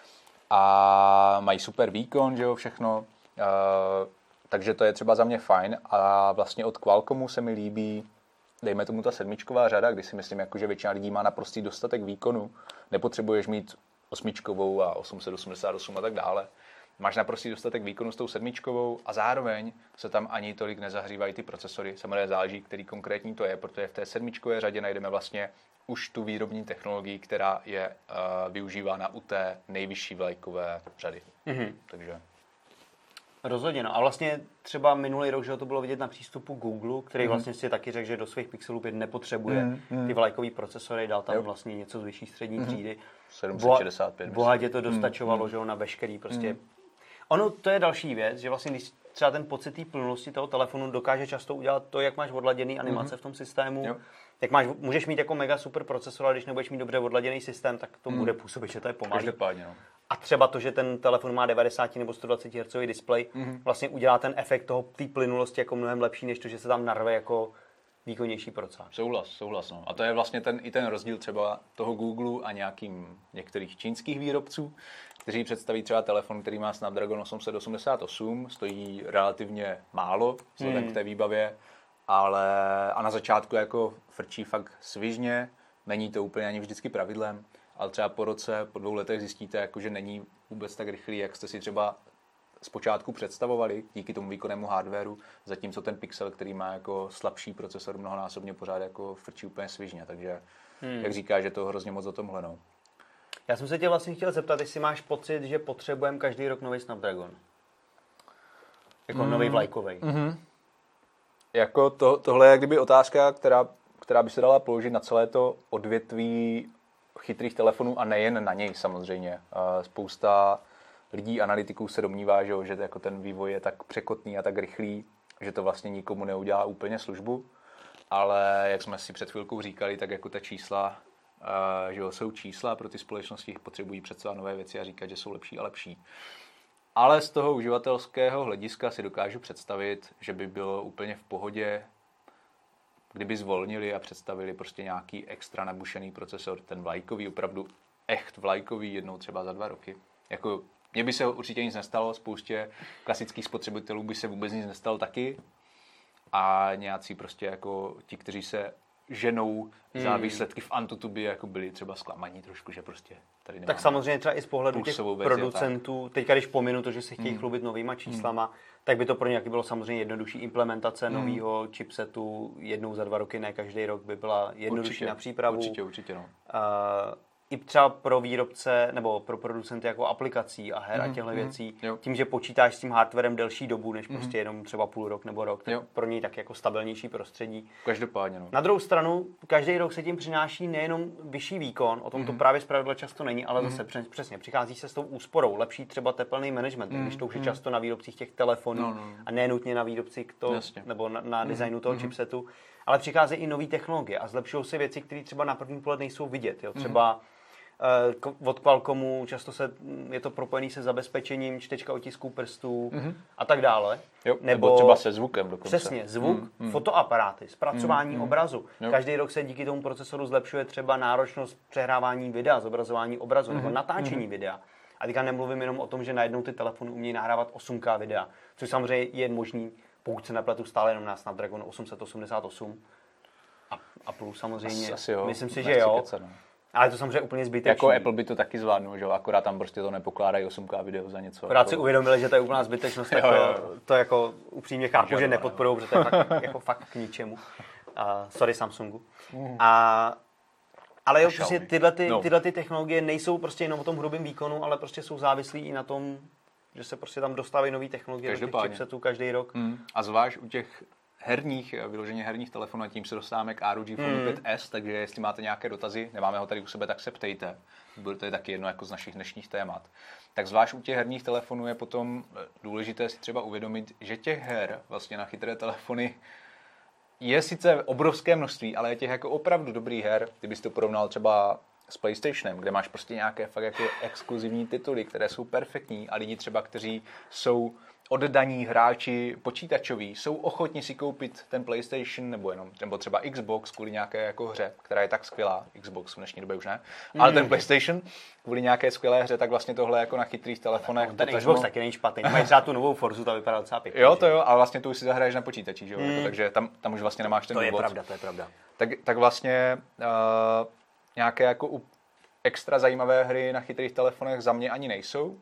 A mají super výkon, že jo, všechno. Uh, takže to je třeba za mě fajn. A vlastně od Qualcommu se mi líbí, dejme tomu ta sedmičková řada, kdy si myslím, jako, že většina lidí má naprostý dostatek výkonu. Nepotřebuješ mít osmičkovou a osm set osmdesát osm a tak dále. Máš naprostý dostatek výkonu s tou sedmičkovou a zároveň se tam ani tolik nezahřívají ty procesory. Samozřejmě záleží, který konkrétní to je, protože v té sedmičkové řadě najdeme vlastně už tu výrobní technologii, která je uh, využívána u té nejvyšší vlajkové řady. Mm-hmm. Takže... Rozhodně, no. A vlastně třeba minulý rok, že to bylo vidět na přístupu Google, který mm. vlastně si taky řekl, že do svých Pixelů pět nepotřebuje mm, mm. ty vlajkový procesory, dal tam jo. vlastně něco z vyšší střední mm. třídy. sedm set šedesát pět. Bohatě to dostačovalo, mm. že na veškerý prostě. Mm. Ono, to je další věc, že vlastně když třeba ten pocit té plnosti toho telefonu dokáže často udělat to, jak máš odladěný animace mm. v tom systému. Jo. Jak máš, můžeš mít jako mega super procesor, ale když nebudeš mít dobře odladěný systém, tak to mm. bude působit, že to je pomalý. Každopádně, no. A třeba to, že ten telefon má devadesát nebo sto dvacet hertzový displej, mm-hmm. vlastně udělá ten efekt toho té plynulosti jako mnohem lepší, než to, že se tam narve jako výkonnější procesor. Souhlas, souhlas. No. A to je vlastně ten, i ten rozdíl třeba toho Google a nějakým některých čínských výrobců, kteří představí třeba telefon, který má Snapdragon osm set osmdesát osm, stojí relativně málo vzhledem mm. k té výbavě, ale a na začátku jako frčí fakt svižně, není to úplně ani vždycky pravidlem. Ale třeba po roce, po dvou letech zjistíte, jako, že není vůbec tak rychlý, jak jste si třeba zpočátku představovali díky tomu výkonnému hardwareu, zatímco ten Pixel, který má jako slabší procesor mnohonásobně pořád jako frčí úplně svižně, takže hmm. jak říkáš, že to hrozně moc o tomhle. No. Já jsem se tě vlastně chtěl zeptat, jestli máš pocit, že potřebujeme každý rok nový Snapdragon. Jako mm. nový vlajkovej. Mm-hmm. Jako to, tohle je kdyby otázka, která, která by se dala položit na celé to odvětví chytrých telefonů a nejen na něj samozřejmě. Spousta lidí, analytiků se domnívá, že, že jako ten vývoj je tak překotný a tak rychlý, že to vlastně nikomu neudělá úplně službu. Ale jak jsme si před chvilkou říkali, tak jako ta čísla, že jsou čísla pro ty společnosti, potřebují představovat nové věci a říkat, že jsou lepší a lepší. Ale z toho uživatelského hlediska si dokážu představit, že by bylo úplně v pohodě, kdyby zvolnili a představili prostě nějaký extra nabušený procesor, ten vlajkový, opravdu echt vlajkový, jednou třeba za dva roky. Jako, mně by se určitě nic nestalo, spoustě klasických spotřebitelů by se vůbec nic nestalo taky a nějací prostě jako ti, kteří se ženou za Hmm. výsledky v Antutuby jako byli třeba zklamaní trošku, že prostě tady nemáme. Tak samozřejmě třeba i z pohledu těch plusovou verzi, producentů, teďka když pominu to, že se chtějí Hmm. chlubit novýma číslama, tak by to pro ně taky bylo samozřejmě jednodušší implementace Hmm. nového chipsetu jednou za dva roky, ne každý rok by byla jednodušší Určitě, na přípravu. Určitě, určitě, no. Uh, I třeba pro výrobce nebo pro producenty jako aplikací a her Mhm, a těchto mhm, věcí, jo. tím, že počítáš s tím hardwarem delší dobu, než Mhm. prostě jenom třeba půl rok nebo rok, tak Jo. pro něj tak jako stabilnější prostředí. Každopádně, no. Na druhou stranu, každý rok se tím přináší nejenom vyšší výkon, o tom to Mhm. právě zpravidla často není, ale Mhm. zase přes- přesně přichází se s tou úsporou, lepší třeba tepelný management, Mhm, když to už je mhm. často na výrobcích těch telefonů No, no, no. a ne nutně na výrobci to, Jasně. nebo na, na designu toho mhm. chipsetu, ale přicházejí i nové technologie a zlepšují se věci, které třeba na první pohled nejsou vidět. Jo? Třeba eh, ko- od Qualcommu často se, je to propojený se zabezpečením čtečka otisků prstů Mhm. a tak dále. Jo, nebo, nebo třeba se zvukem dokonce. Přesně, zvuk, Mm, mm. fotoaparáty, zpracování Mm, mm. obrazu. Jo. Každý rok se díky tomu procesoru zlepšuje třeba náročnost přehrávání videa, zobrazování obrazu Mhm, nebo natáčení videa. A teďka nemluvím jenom o tom, že najednou ty telefony umějí nahrávat osm ká videa, což samozřejmě je možný, pokud se nepletu stále jenom na Snapdragon osm set osmdesát osm. A, a plus samozřejmě, Asi, asi jo. myslím si, že Nechci jo. kecat, no. Ale je to samozřejmě úplně zbytečný. Jako Apple by to taky zvládnul, že jo, akorát tam prostě to nepokládají osm ká video za něco. Akorát jako... si uvědomili, že to je úplná zbytečnost, tak Jo, to, jo, jo. to jako upřímně chápu, Žádná, že no. nepodporujou, protože to je fakt, jako fakt k ničemu. Uh, sorry Samsungu. A, ale jo, prostě Xiaomi. tyhle, ty, No. tyhle ty technologie nejsou prostě jenom o tom hrubém výkonu, ale prostě jsou závislí i na tom, že se prostě tam dostávají nové technologie do těch Každopádně. chipsetů každý rok. Mm. A zvlášť u těch herních, vyloženě herních telefonů, a tím se dostáváme k R O G Phone Mm. pět S, takže jestli máte nějaké dotazy, nemáme ho tady u sebe, tak se ptejte. Bude to je taky jedno jako z našich dnešních témat. Tak zvlášť u těch herních telefonů je potom důležité si třeba uvědomit, že těch her vlastně na chytré telefony je sice obrovské množství, ale je těch jako opravdu dobrých her, kdybys to porovnal třeba s PlayStationem, kde máš prostě nějaké fakt jako exkluzivní tituly, které jsou perfektní a lidi třeba, kteří jsou oddaní hráči počítačoví, jsou ochotni si koupit ten PlayStation nebo jenom nebo třeba Xbox kvůli nějaké jako hře, která je tak skvělá. Xbox v dnešní době už ne, ale Mm. ten PlayStation kvůli nějaké skvělé hře, tak vlastně tohle jako na chytrých telefonech. Ten potažmo- Xbox taky není špatný. Mají třeba tu novou Forzu, ta vypadá docela pěkně. Jo, že? to jo, ale vlastně tu už si zahraješ na počítači, že jo? Mm. Jako, takže tam, tam už vlastně nemáš ten To je důvod. pravda, to je pravda. Tak, tak vlastně uh, nějaké jako u- extra zajímavé hry na chytrých telefonech za mě ani nejsou.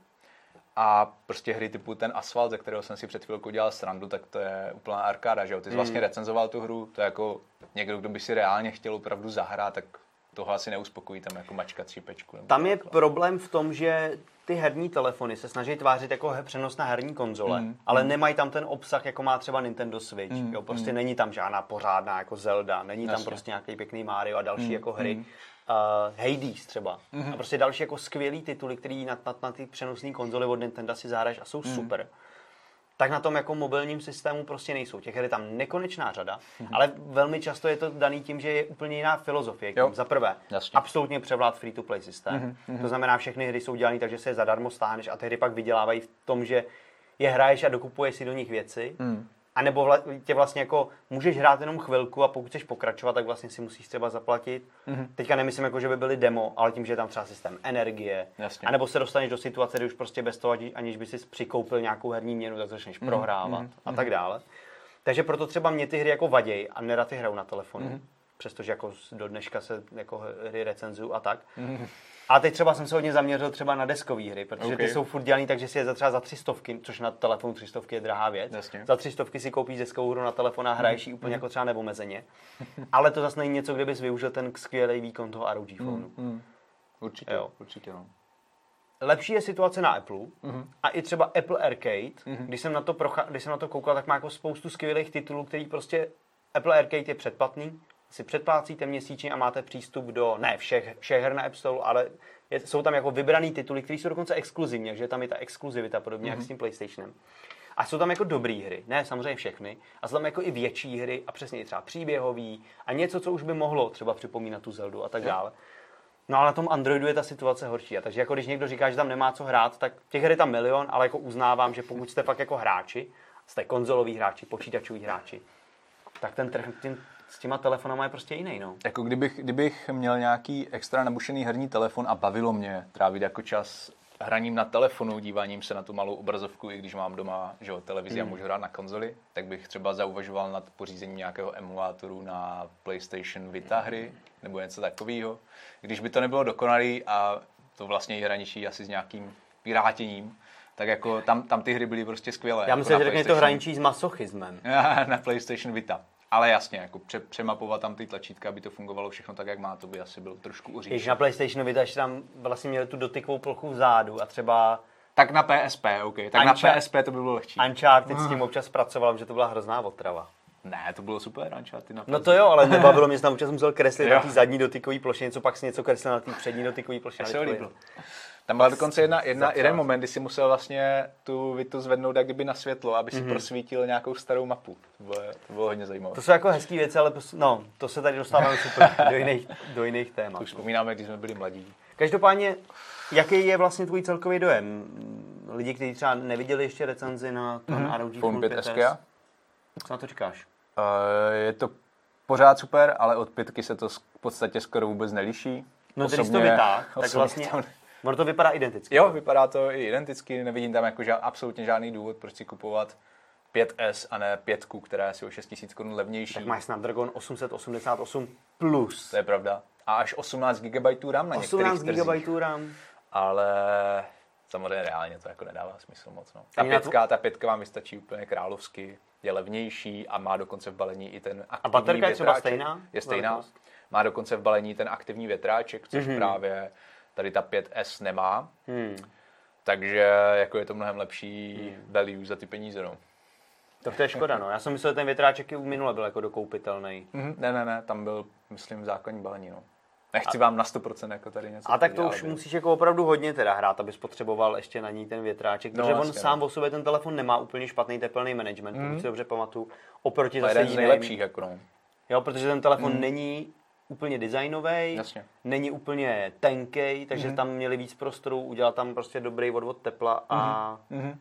A prostě hry typu ten Asphalt, ze kterého jsem si před chvilkou dělal srandu, tak to je úplná arkáda, že jo? Ty jsi Mm. vlastně recenzoval tu hru, to je jako někdo, kdo by si reálně chtěl opravdu zahrát, tak toho asi neuspokojí tam jako mačka třípečku. nebo Tam je takhle. problém v tom, že ty herní telefony se snaží tvářit jako he- přenosná herní konzole, Mm, ale mm. nemají tam ten obsah, jako má třeba Nintendo Switch. Mm, Jo, prostě mm. není tam žádná pořádná jako Zelda, není tam Jasně. prostě nějaký pěkný Mario a další Mm, jako hry. mm. Uh, Hades třeba. Mhm. A prostě další jako skvělý tituly, který na, na, na ty přenosné konzole od Nintendo si zahraješ a jsou Mm. super. Tak na tom jako mobilním systému prostě nejsou. Těch her je tam nekonečná řada, Mhm. ale velmi často je to daný tím, že je úplně jiná filozofie. Jo. Za prvé, Jasně. absolutně převlád free-to-play systém. Mhm, mhm. To znamená, všechny hry jsou dělané tak, že se je zadarmo stáhneš a ty hry pak vydělávají v tom, že je hraješ a dokupuješ si do nich věci. Mm. A nebo vla, tě vlastně jako můžeš hrát jenom chvilku a pokud chceš pokračovat, tak vlastně si musíš třeba zaplatit. Mhm. Teďka nemyslím jako, že by byly demo, ale tím, že je tam třeba systém energie. Jasně. A nebo se dostaneš do situace, kdy už prostě bez toho, aniž by si přikoupil nějakou herní měnu, tak začneš Mhm, prohrávat mhm, a tak dále. Takže proto třeba mě ty hry jako vaděj a nerad ty hraju na telefonu. Mhm. Přestože jako do dneška se jako hry recenzuju a tak. Mhm. A teď třeba jsem se hodně zaměřil třeba na deskové hry, protože ty Ok. jsou furt dělaný, takže si je za třeba za tři stovky, což na telefonu tři stovky je drahá věc. Jasně. Za tři stovky si koupíš deskovou hru na telefon a hraješ ji úplně jako třeba neomezeně. Ale to zase není něco, kde bys využil ten skvělý výkon toho R O G phoneu. Mm. Mm. Určitě, Jo. určitě no. Lepší je situace na Apple Mhm. a i třeba Apple Arcade. Mhm. Když jsem na to procha- když jsem na to koukal, tak má jako spoustu skvělých titulů, který prostě Apple Arcade je předplatný. Si předplácíte měsíčně a máte přístup do, ne všech, všech her na App Store, ale je, jsou tam jako vybraný tituly, které jsou dokonce exkluzivní, takže tam je ta exkluzivita, podobně mm-hmm. jak s tím PlayStationem. A jsou tam jako dobré hry, ne samozřejmě všechny, a jsou tam jako i větší hry a přesně i třeba příběhový a něco, co už by mohlo třeba připomínat tu Zeldu a tak dále. No ale na tom Androidu je ta situace horší. A takže jako když někdo říká, že tam nemá co hrát, tak těch her je tam milion, ale jako uznávám, že pokud jste fakt jako hráči, jste konzoloví hráči, počítačoví hráči, tak ten trh tím, s těma telefonama je prostě jiný, no. Jako kdybych, kdybych měl nějaký extra nabušený herní telefon a bavilo mě trávit jako čas hraním na telefonu, díváním se na tu malou obrazovku, i když mám doma, že jo, televizi Hmm. a můžu hrát na konzoli, tak bych třeba zauvažoval nad pořízením nějakého emulátoru na PlayStation Vita hry, nebo něco takového. Když by to nebylo dokonalý a to vlastně i hraničí asi s nějakým pirátěním, tak jako tam, tam ty hry byly prostě skvělé. Já jako myslím, na že řekne to PlayStation- hraničí s masochismem. na PlayStation Vita. Ale jasně, jako pře- přemapovat tam ty tlačítka, aby to fungovalo všechno tak, jak má, to by asi bylo trošku Když uříš. na PlayStationu Vita ještě tam vlastně měli tu dotykovou plochu vzadu a třeba Tak na P S P, OK. Tak Uncha- na P S P to by bylo lehčí. Uncharted s tím občas pracoval, že to byla hrozná otrava. Ne, to bylo super, Uncharted na No to jo, ale nebavilo mě, že tam občas musel kreslit Jo. na té zadní dotykové ploše, něco pak si něco kreslil na té přední dotykové ploše. Já se na ho výkloji. líbil. Tam byla dokonce jedna, jedna, Zapřát. jeden moment, kdy si musel vlastně tu Vitu zvednout jak kdyby na světlo, aby si mm-hmm. prosvítil nějakou starou mapu. To bylo, to bylo hodně zajímavé. To jsou jako hezký věci, ale pos- no, to se tady dostáváme super do jiných, do jiných témat. Už vzpomínáme, když jsme byli mladí. Každopádně, jaký je vlastně tvůj celkový dojem? Lidi, kteří třeba neviděli ještě recenzi na ten mm-hmm. R O G Phone Phone pět pět S. S, co na to říkáš? Uh, je to pořád super, ale od pětky se to v podstatě skoro vůbec neliší. No, když to vytáhl, tak osobně vlastně to- ono to vypadá identicky. Jo, vypadá to i identicky, nevidím tam jako ža- absolutně žádný důvod, proč si kupovat pět S a ne pětku, která je asi o šest tisíc korun levnější. Tak máš Snapdragon osm set osmdesát osm plus. To je pravda. A až osmnáct gigabajtů RAM na některých osmnáct trzích. gigabajtů RAM. Ale samozřejmě reálně to jako nedává smysl moc. No. Ta Ani na pětka, ta pětka vám vystačí úplně královsky, je levnější a má dokonce v balení i ten aktivní A baterka je třeba větráček. stejná? Je stejná. Velikost? Má dokonce v balení ten aktivní větráček, což Mhm. právě tady ta pět S nemá. Hmm. Takže jako je to mnohem lepší value za ty peníze. No. Tak to je škoda, no. Já jsem myslel, že ten větráček i u minule byl jako dokoupitelný. Mhm. Ne, ne, ne, tam byl, myslím, základní balení. No. Nechci vám na sto procent jako tady něco A tak to tvrdit, už ale- musíš jako opravdu hodně teda hrát, abys potřeboval ještě na ní ten větráček, No, protože on jasně, sám no. o sobě ten telefon nemá úplně špatný teplný management, pokud si dobře pamatuju, oproti To je zase jeden z jiným. nejlepších. Jako no. Jo, protože ten telefon není úplně designový, Jasně. není úplně tenkej, takže tam měli víc prostoru, udělat tam prostě dobrý odvod tepla a, Mhm.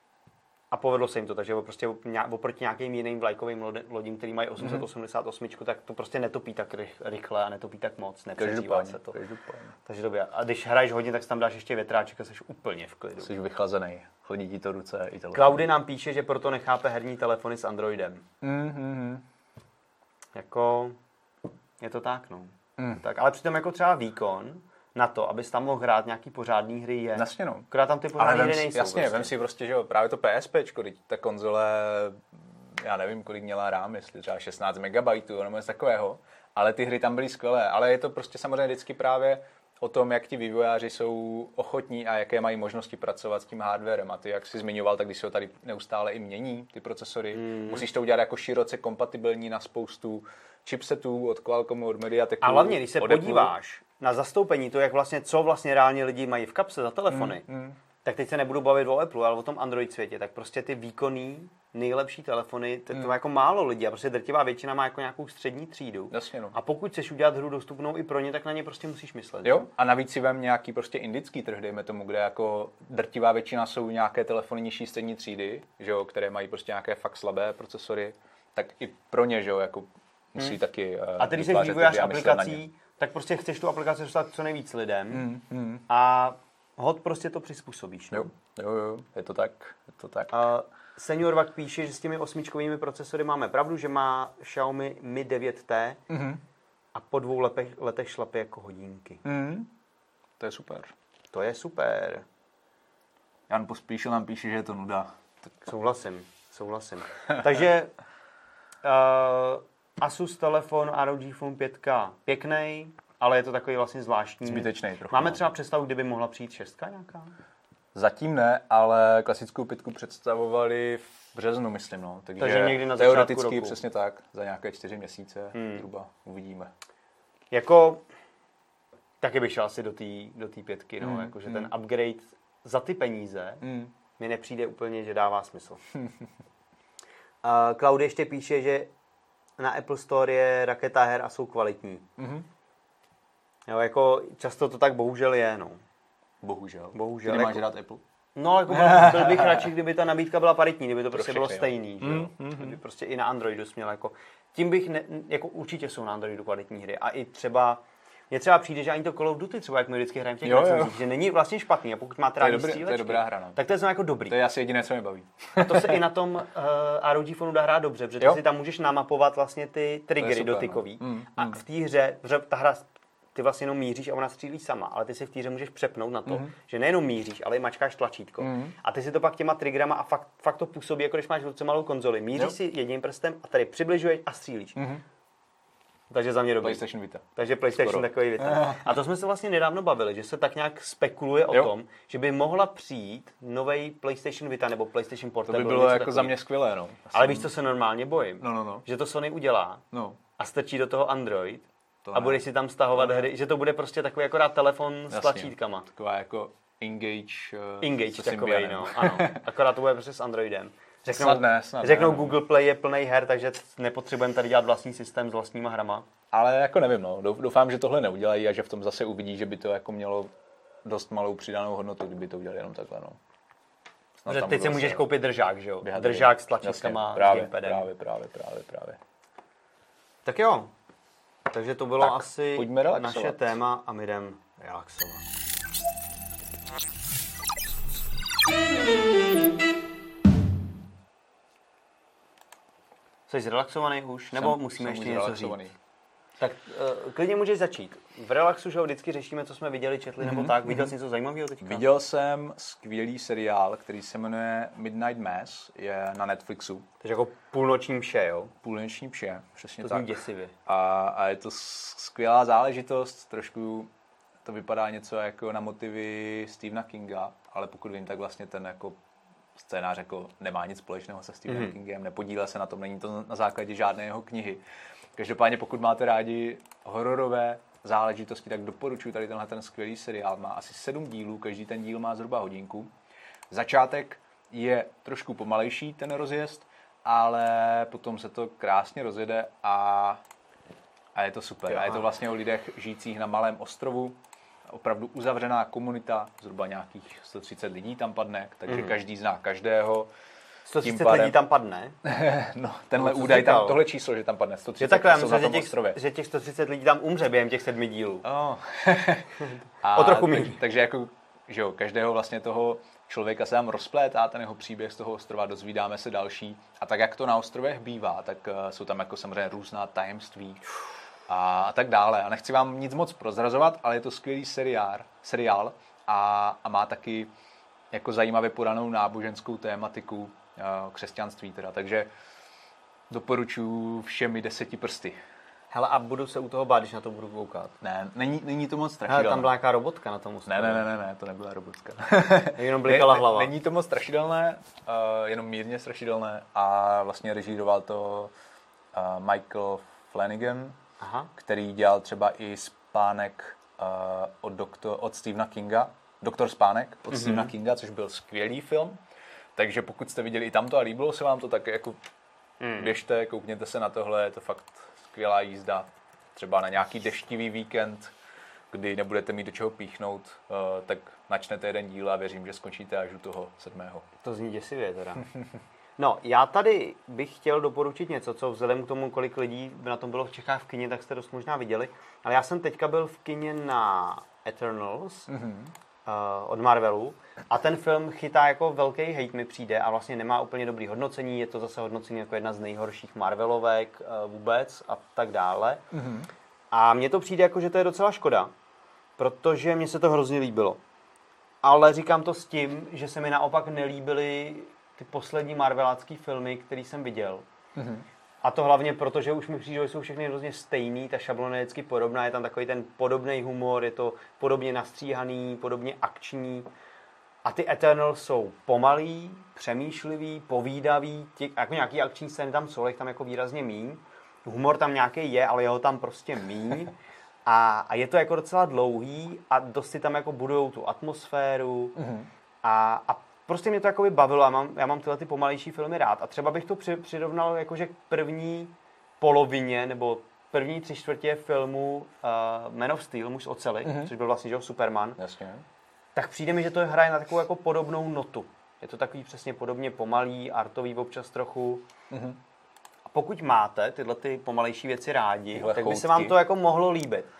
a povedlo se jim to, takže prostě nějak- oproti nějakým jiným vlajkovým lode- lodím, který mají osm set osmdesát osm, tak to prostě netopí tak rych- rychle a netopí tak moc, nepřežívá Každopádně, se to. každopádně. Takže dobrě. A když hraješ hodně, tak si tam dáš ještě větráček a jsi úplně v klidu. Jsi vychlazený, chodí ti to ruce i telefon. Klaudy nám píše, že proto nechápe herní telefony s Androidem. Mm-hmm. Jako, je to tak, no. Mm. Tak, ale přitom jako třeba výkon na to, abys tam mohl hrát nějaký pořádný hry je. Jasně no. Akorát tam ty Ale pořádný vem hry si, nejsou. jasně, prostě. vem si prostě, že jo, právě to PSPčko, teď ta konzole, já nevím, kolik měla RAM, jestli třeba šestnáct megabajtů nebo něco takového, ale ty hry tam byly skvělé, ale je to prostě samozřejmě vždycky právě o tom, jak ti vývojáři jsou ochotní a jaké mají možnosti pracovat s tím hardwarem. A ty, jak jsi zmiňoval, tak když se ho tady neustále i mění, ty procesory, mm. musíš to udělat jako široce kompatibilní na spoustu chipsetů od Qualcommu, od Mediateku. A hlavně, když se od Apple. podíváš na zastoupení, to jak vlastně, co vlastně reálně lidi mají v kapse za telefony, Mm, mm. tak teď se nebudu bavit o Apple, ale o tom Android světě, tak prostě ty výkonný, nejlepší telefony, to, to má jako málo lidí a prostě drtivá většina má jako nějakou střední třídu. Jasně, no. A pokud chceš udělat hru dostupnou i pro ně, tak na ně prostě musíš myslet. Jo, a navíc si vem nějaký prostě indický trh, dejme tomu, kde jako drtivá většina jsou nějaké telefony nižší střední třídy, že jo, které mají prostě nějaké fakt slabé procesory, tak i pro ně, že jo, jako musí hmm. taky uh, A ty, když jsi vytvářet vývojář hry a myslet na ně. aplikací, tak prostě chceš tu aplikaci dostat co nejvíc lidem Hmm, hmm. a hod prostě to přizpůsobíš. No? Jo, jo, jo, je to tak, je to tak. A Senior Vak píše, že s těmi osmičkovými procesory máme pravdu, že má Xiaomi Mi devět T Mm-hmm. a po dvou letech, letech šlape jako hodinky. Mm. To je super. To je super. Jan Pospíšil nám píše, že je to nuda. Tak Souhlasím, souhlasím. Takže uh, Asus telefon R O G Phone pět pěkný, ale je to takový vlastně zvláštní. zbytečnej trochu. Máme no. třeba představu, kdyby mohla přijít šestka nějaká? Zatím ne, ale klasickou pětku představovali v březnu, myslím. No. Takže, Takže někdy na začátku teoreticky roku. přesně tak, za nějaké čtyři měsíce Hmm. zhruba uvidíme. Jako, taky bych šel asi do té do té pětky, no, Hmm, jakože hmm. ten upgrade za ty peníze Mm. mi nepřijde úplně, že dává smysl. uh, Cloud ještě píše, že na Apple Store je raketa her a jsou kvalitní. Mm-hmm. Jo, jako často to tak bohužel je, no. Bohužel. Bohužel, Ty nemáš jako- rád Apple? No, jako byl, byl bych radši, kdyby ta nabídka byla paritní, kdyby to prostě všechny, bylo jo. stejný, že jo? Mm, mm, Kdyby prostě i na Androidu směl jako, tím bych, ne, jako určitě jsou na Androidu kvalitní hry a i třeba Mně třeba přijde, že ani to Call of Duty, třeba jak my vždycky hrajeme v těch Jo, jo. recenzích, že není vlastně špatný a pokud máte rádi dobrý- to je střílečky, dobrá hra, no. tak to je znamená jako dobrý. To je asi jediné, co mě baví. A to se i na tom uh, R O G Phoneu dá hrát dobře, protože ty Jo. si tam můžeš namapovat vlastně ty triggery super, dotykový. no. Mm, A mm. v té hře, protože ta hra, ty vlastně jenom míříš a ona střílí sama, ale ty si v té hře můžeš přepnout na to, Mm. že nejenom míříš, ale i mačkáš tlačítko. Mm. A ty si to pak těma triggerama a fakt, fakt to působí, jako když máš v ruce malou konzoli. Míříš Jo. si jedním prstem a tady přibližuješ a střílíš. Mhm. Takže za mě dobrý. PlayStation Vita. Takže PlayStation Skoro. takový Vita. A to jsme se vlastně nedávno bavili, že se tak nějak spekuluje o Jo. tom, že by mohla přijít nový PlayStation Vita nebo PlayStation To Portable. by bylo něco jako takový. za mě skvělé, no. Ale víš, co se normálně bojím? No, no, no. Že to Sony udělá No, a strčí do toho Android to a ne. budeš si tam stahovat To ne. hry, že to bude prostě takový akorát telefon s Jasně. tlačítkama. Taková jako Engage. Uh, Engage se takovej, Symbianem. no, ano. Akorát to bude prostě s Androidem. Řeknou, Snad ne, snad řeknou ne, no. Google Play je plný her, takže nepotřebujeme tady dělat vlastní systém s vlastníma hrama. Ale jako nevím, no. Doufám, že tohle neudělají a že v tom zase uvidí, že by to jako mělo dost malou přidanou hodnotu, kdyby to udělali jenom takhle, no. Snad Protože tam teď si budu můžeš zase koupit držák, že jo? běhat Držák s tady. tlačítkama, Jasně, s právě, gamepadem. právě, právě, právě, právě. Tak jo, takže to bylo Tak, asi pojďme relaxovat. naše téma a my jdem relaxovat. Jsi zrelaxovaný už? Nebo Jsem- musíme jsem ještě už něco zrelaxovaný. říct? Tak uh, klidně můžeš začít. V relaxu, že jo, vždycky řešíme, co jsme viděli, četli nebo tak. Viděl jsi něco zajímavého teďka? Viděl jsem skvělý seriál, který se jmenuje Midnight Mass, je na Netflixu. Takže jako půlnoční mše, jo? Půlnoční mše, přesně To tak. zní děsivě. A, a je to skvělá záležitost, trošku to vypadá něco jako na motivy Stephena Kinga, ale pokud vím, tak vlastně ten jako scénář jako nemá nic společného se Stephenem Mhm. Kingem, nepodílel se na tom, není to na základě žádné jeho knihy. Každopádně pokud máte rádi hororové záležitosti, tak doporučuji tady tenhle ten skvělý seriál. Má asi sedm dílů, každý ten díl má zhruba hodinku. Začátek je trošku pomalejší, ten rozjezd, ale potom se to krásně rozjede a, a je to super. Jo. A je to vlastně o lidech žijících na malém ostrovu, opravdu uzavřená komunita, zhruba nějakých sto třicet lidí tam padne, takže Mhm. každý zná každého. sto Tím třicet pádem- lidí tam padne. No, tenhle No, co jsi údaj tam, říkal? tohle číslo, že tam padne sto Že třicet takhle, já jsou myslím, na že tom těch, ostrově. že těch sto třicet lidí tam umře během těch sedmi dílů. Oh. A O trochu tak, míň. takže jako, že jo, každého vlastně toho člověka se tam rozplétá ten jeho příběh z toho ostrova, dozvídáme se další. A tak, jak to na ostrovech bývá, tak uh, jsou tam jako samozřejmě různá tajemství a, a tak dále. A nechci vám nic moc prozrazovat, ale je to skvělý seriál, seriál a, a má taky jako zajímavě podanou náboženskou tématiku uh, křesťanství teda. Takže doporučuji všemi deseti prsty. Hele, a budu se u toho bát, když na to budu koukat. Ne, není, není to moc Hele, strašidelné. tam byla nějaká robotka na tom Ne, ostrově. ne, ne, ne, ne, to nebyla robotka. Jenom blikala Ne- hlava. Není to moc strašidelné, uh, jenom mírně strašidelné a vlastně režíroval to uh, Michael Flanagan, Aha. který dělal třeba i Spánek uh, od, doktor, od Stephena Kinga, Doktor Spánek od mm-hmm. Stephena Kinga, což byl skvělý film. Takže pokud jste viděli i tamto a líbilo se vám to, tak jako Mm. běžte, koukněte se na tohle, je to fakt skvělá jízda. Třeba na nějaký deštivý víkend, kdy nebudete mít do čeho píchnout, uh, tak načnete jeden díl a věřím, že skončíte až u toho sedmého. To zní děsivě teda. No, já tady bych chtěl doporučit něco, co vzhledem k tomu, kolik lidí na tom bylo v Čechách v kině, tak jste dost možná viděli. Ale já jsem teďka byl v kině na Eternals mm-hmm. uh, od Marvelu a ten film chytá jako velký hate, mi přijde, a vlastně nemá úplně dobrý hodnocení. Je to zase hodnocení jako jedna z nejhorších Marvelovek uh, vůbec a tak dále. Mm-hmm. A mně to přijde jako, že to je docela škoda, protože mně se to hrozně líbilo. Ale říkám to s tím, že se mi naopak nelíbily ty poslední marvelácký filmy, který jsem viděl. Mm-hmm. A to hlavně proto, že už mi přijde, že jsou všechny hrozně stejný, ta šablona je vždycky podobná, je tam takový ten podobný humor, je to podobně nastříhaný, podobně akční. A ty Eternals jsou pomalý, přemýšlivý, povídavý, těch, jako nějaký akční scény tam jsou, ale jich tam jako výrazně míň. Humor tam nějaký je, ale jeho tam prostě míň. A, a je to jako docela dlouhý a dost si tam jako budujou tu atmosféru. Mm-hmm. A, a prostě mě to jako by bavilo. Já mám, já mám tyhle ty pomalejší filmy rád. A třeba bych to při, přirovnal jakože k první polovině nebo první tři čtvrtě filmu uh, Man of Steel, muž z oceli, mm-hmm. což byl vlastně že, Superman. Jasně. Tak přijde mi, že to hraje na takovou jako podobnou notu. Je to takový přesně podobně pomalý, artový občas trochu. Mm-hmm. A pokud máte tyhle ty pomalejší věci rádi, Tyhle tak by se choutky. vám to jako mohlo líbit.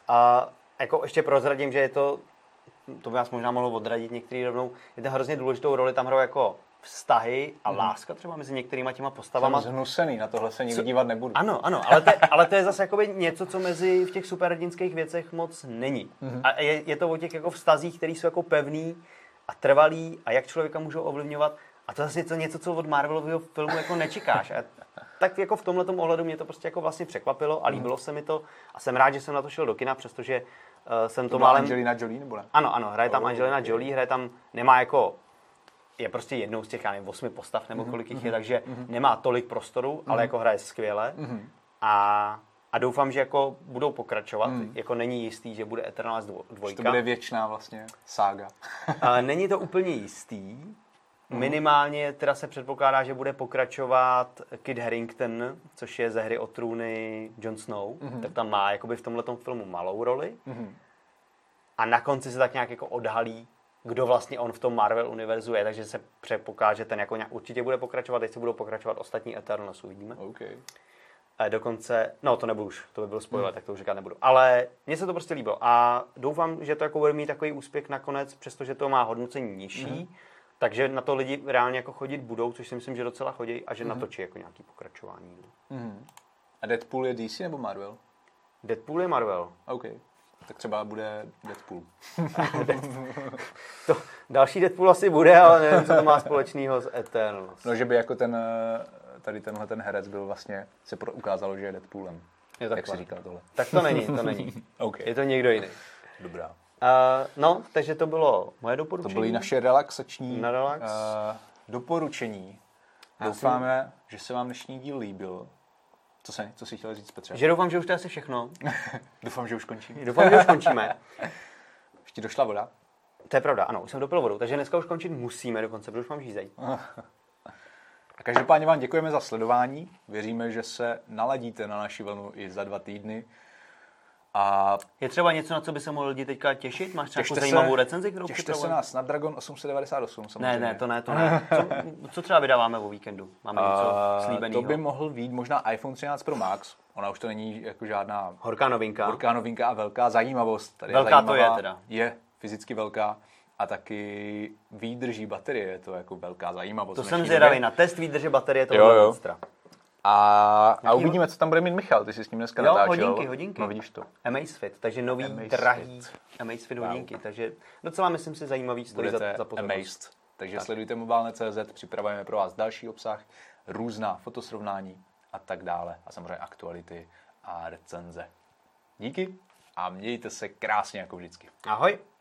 A jako ještě prozradím, že je to, to by vás možná mohlo odradit některý rovnou, je to hrozně důležitou roli tam hrajou jako vztahy a láska třeba mezi některýma těma postavama. Jsem zhnusený, na tohle se nikdy dívat nebudu. Ano, ano, ale to, ale to je zase jakoby něco, co mezi v těch superhrdinských věcech moc není. Mm-hmm. A je, je to o těch jako vztazích, které jsou jako pevný a trvalý a jak člověka můžou ovlivňovat. A to je zase něco, co od Marvelového filmu jako nečekáš. A tak jako v tomhletom ohledu mě to prostě jako vlastně překvapilo a líbilo mm. se mi to. A jsem rád, že jsem na to šel do kina, přestože uh, jsem to, to málem... Angelina Jolie nebo ne? Ano, ano, hraje tam oh, Angelina okay. Jolie, hraje tam, nemá jako... Je prostě jednou z těch, já nevím, osmi postav nebo kolik jich mm-hmm. je, takže mm-hmm. nemá tolik prostoru, mm-hmm. ale jako hraje skvěle. Mm-hmm. A, a doufám, že jako budou pokračovat. Mm. Jako není jistý, že bude Eternals dvojka. Že to bude věčná vlastně sága. Ale není to úplně jistý. Minimálně teda se předpokládá, že bude pokračovat Kit Harington, což je ze Hry o trůny Jon Snow. Mm-hmm. Tak tam má jakoby v tomhletom filmu malou roli. Mm-hmm. A na konci se tak nějak jako odhalí, kdo vlastně on v tom Marvel univerzu je, takže se předpokládá, že ten jako nějak určitě bude pokračovat, teď se budou pokračovat ostatní Eternals, uvidíme. Okay. A dokonce, no to nebudu už, to by byl spoiler, mm. tak to už říkat nebudu. Ale mně se to prostě líbilo a doufám, že to jako bude mít takový úspěch nakonec, přestože to má hodnocení nižší, mm. takže na to lidi reálně jako chodit budou, což si myslím, že docela chodí a že mm. natočí jako nějaký pokračování. Mm. A Deadpool je D C nebo Marvel? Deadpool je Marvel. OK. Tak třeba bude Deadpool. to, další Deadpool asi bude, ale nevím, co to má společného s Eternals. No, že by jako ten, tady tenhle ten herec byl vlastně, se ukázalo, že je Deadpoolem. Je jak jsi říkal tohle. Tak to není, to není. Okay. Je to někdo jiný. Dobrá. Uh, no, takže to bylo moje doporučení. To byly naše relaxační Na relax. uh, doporučení. Doufáme, že se vám dnešní díl líbil. Co, se, co jsi chtěl říct, Petře? Že doufám, že už to je asi všechno. Doufám, že už končíme. Doufám, že už končíme. Ještě došla voda? To je pravda, ano, už jsem dopil vodu, takže dneska už končit musíme dokonce, protože už mám žízeň. A každopádně vám děkujeme za sledování. Věříme, že se naladíte na naši vlnu i za dva týdny. A je třeba něco, na co by se mohli lidi teďka těšit? Máš nějakou zajímavou recenzi, kterou těšte se na Snapdragon osm set devadesát osm samozřejmě. Ne, ne, to ne, to ne. Co, co třeba vydáváme o víkendu? Máme něco slíbenýho? To by mohl být možná iPhone třináct Pro Max. Ona už to není jako žádná horká novinka. Horká novinka a velká zajímavost. Tady velká zajímavá, to je teda. Je fyzicky velká a taky výdrží baterie. Je to jako velká zajímavost. To jsem zvědavý na test výdrže baterie toho monstra. A, a uvidíme, co tam bude mít Michal, ty jsi s ním dneska jo, natáčel. hodinky, hodinky. No vidíš to. Amazfit, takže nový, Amazfit. drahý Amazfit wow. hodinky, takže docela myslím si zajímavý story za, za pozornost. Amazed. Takže tak. Sledujte mobilne tečka cé zet, připravujeme pro vás další obsah, různá fotosrovnání a tak dále. A samozřejmě aktuality a recenze. Díky a mějte se krásně jako vždycky. Ahoj.